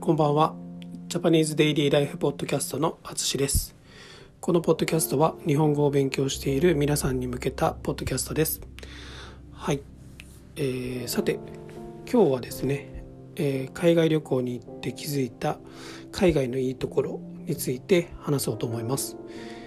こんばんは。ジャパニーズデイリーライフポッドキャストのあつしです。このポッドキャストは日本語を勉強している皆さんに向けたポッドキャストです。はい、さて今日はですね、海外旅行に行って気づいた海外のいいところについて話そうと思います。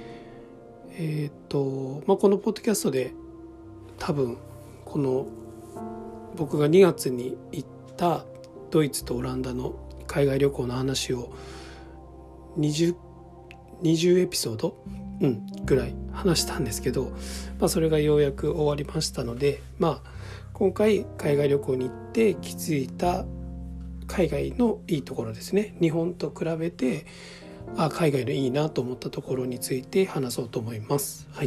このポッドキャストで多分この僕が2月に行ったドイツとオランダの海外旅行の話を20エピソード、ぐらい話したんですけど、それがようやく終わりましたので、今回海外旅行に行って気づいた海外のいいところですね。日本と比べて海外のいいなと思ったところについて話そうと思います。はい。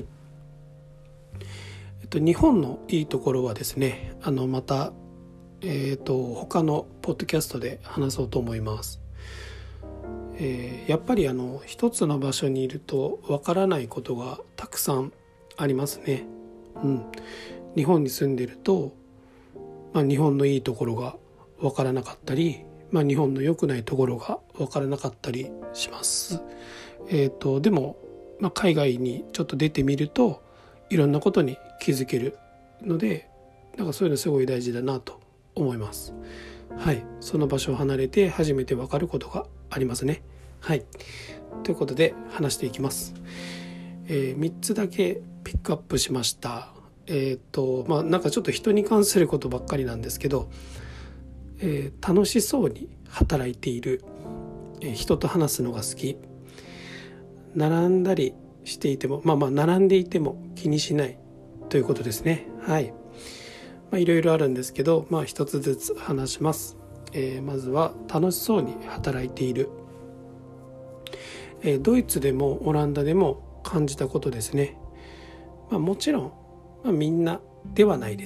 日本のいいところはですね、また他のポッドキャストで話そうと思います。やっぱり一つの場所にいるとわからないことがたくさんありますね。日本に住んでると、日本のいいところがわからなかったり、日本の良くないところがわからなかったりします。でも、海外にちょっと出てみるといろんなことに気づけるので、そういうのすごい大事だなと思います。はい、その場所を離れて初めて分かることがありますね。はい、ということで話していきます。3つだけピックアップしました。ちょっと人に関することばっかりなんですけど、楽しそうに働いている、人と話すのが好き、並んだりしていても並んでいても気にしないということですね。はい。いろいろあるんですけど、一つずつ話します。まずは楽しそうに働いている。ドイツでもオランダでも感じたことですね。もちろん、みんなではないです。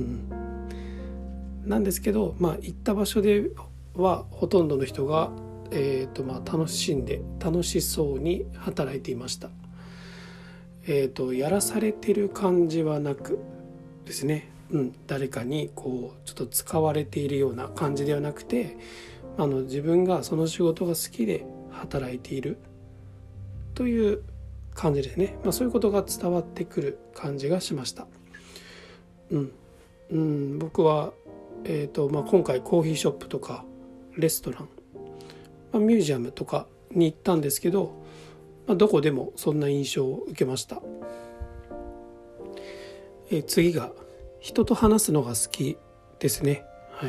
なんですけど、行った場所ではほとんどの人が、楽しそうに働いていました。やらされてる感じはなくですね。誰かにちょっと使われているような感じではなくて、自分がその仕事が好きで働いているという感じですね。そういうことが伝わってくる感じがしました。僕は、今回コーヒーショップとかレストラン、ミュージアムとかに行ったんですけど、どこでもそんな印象を受けました。次が人と話すのが好きですね。はい。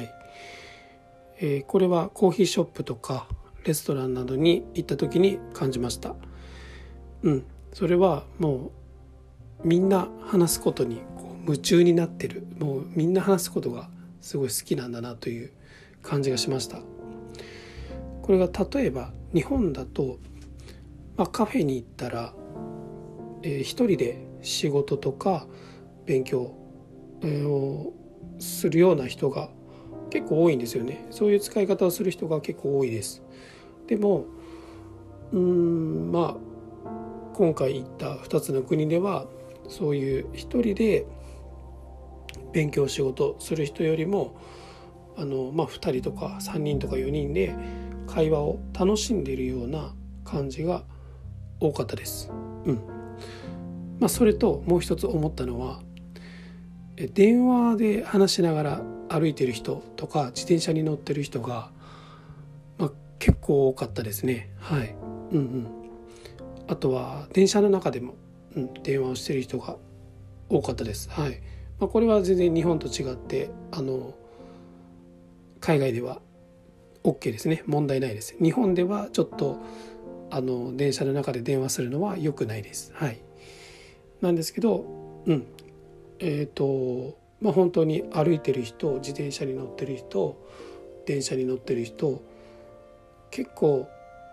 これはコーヒーショップとかレストランなどに行った時に感じました。それはもうみんな話すことに夢中になってる。もうみんな話すことがすごい好きなんだなという感じがしました。これが例えば日本だと、カフェに行ったら、一人で仕事とか勉強をするような人が結構多いんですよね。そういう使い方をする人が結構多いです。でも今回行った2つの国ではそういう一人で勉強仕事する人よりも2人とか3人とか4人で会話を楽しんでいるような感じが多かったです。それともう一つ思ったのは、電話で話しながら歩いてる人とか自転車に乗ってる人が、結構多かったですね。はい。あとは電車の中でも、電話をしてる人が多かったです。はい。これは全然日本と違って海外では OK ですね。問題ないです。日本ではちょっと電車の中で電話するのは良くないです。はい。なんですけど、本当に歩いてる人、自転車に乗ってる人、電車に乗ってる人、結構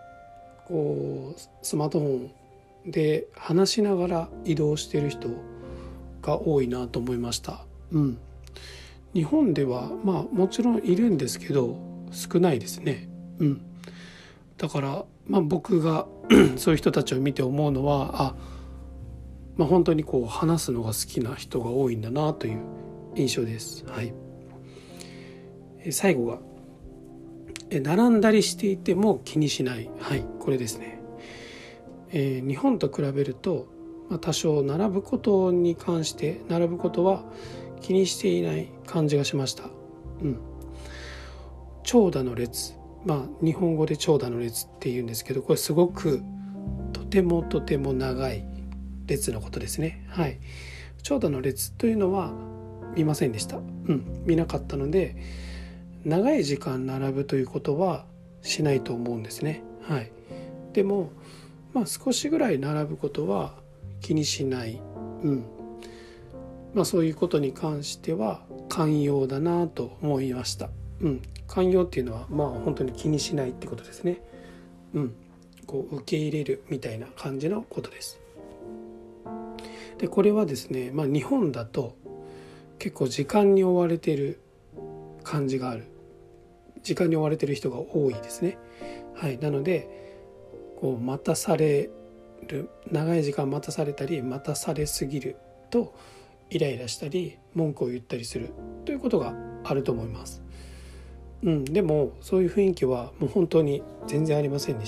スマートフォンで話しながら移動してる人が多いなと思いました。日本ではもちろんいるんですけど少ないですね。だから僕がそういう人たちを見て思うのは本当に話すのが好きな人が多いんだなという印象です。はい。最後が並んだりしていても気にしない、はい、これですね。日本と比べると、多少並ぶことは気にしていない感じがしました。長蛇の列、日本語で長蛇の列っていうんですけど、これすごくとても長い列のことですね。はい、長蛇の列というのは見ませんでした。見なかったので、長い時間並ぶということはしないと思うんですね。はい、でも、少しぐらい並ぶことは気にしない、そういうことに関しては寛容だなと思いました。寛容っていうのは本当に気にしないってことですね。こう受け入れるみたいな感じのことです。でこれはですね、日本だと結構時間に追われている感じがある、時間に追われている人が多いですね。はい、なのでこう待たされる、長い時間待たされたり待たされすぎるとイライラしたり文句を言ったりするということがあると思います。でもそういう雰囲気はもう本当に全然ありませんでした。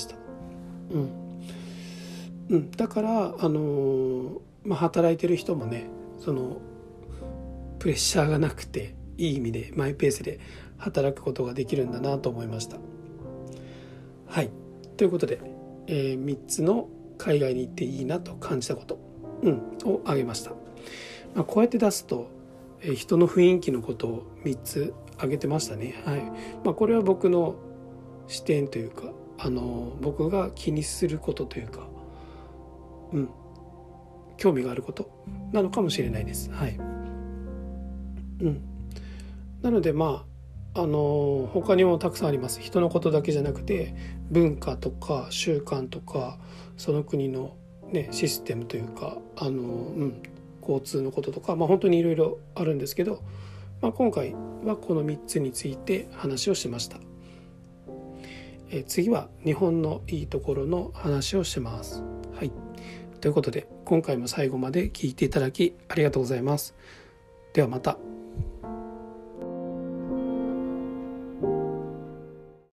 だから、働いてる人もね、そのプレッシャーがなくていい意味でマイペースで働くことができるんだなと思いました。はい、ということで、3つの海外に行っていいなと感じたこと、を挙げました。こうやって出すと、人の雰囲気のことを3つ挙げてましたね。はい、これは僕の視点というか、僕が気にすることというか、興味があることなのかもしれないです。はい、なので他にもたくさんあります。人のことだけじゃなくて文化とか習慣とかその国の、システムというか交通のこととか、本当にいろいろあるんですけど、今回はこの3つについて話をしました。次は日本のいいところの話をします。はい、ということで今回も最後まで聞いていただきありがとうございます。ではまた。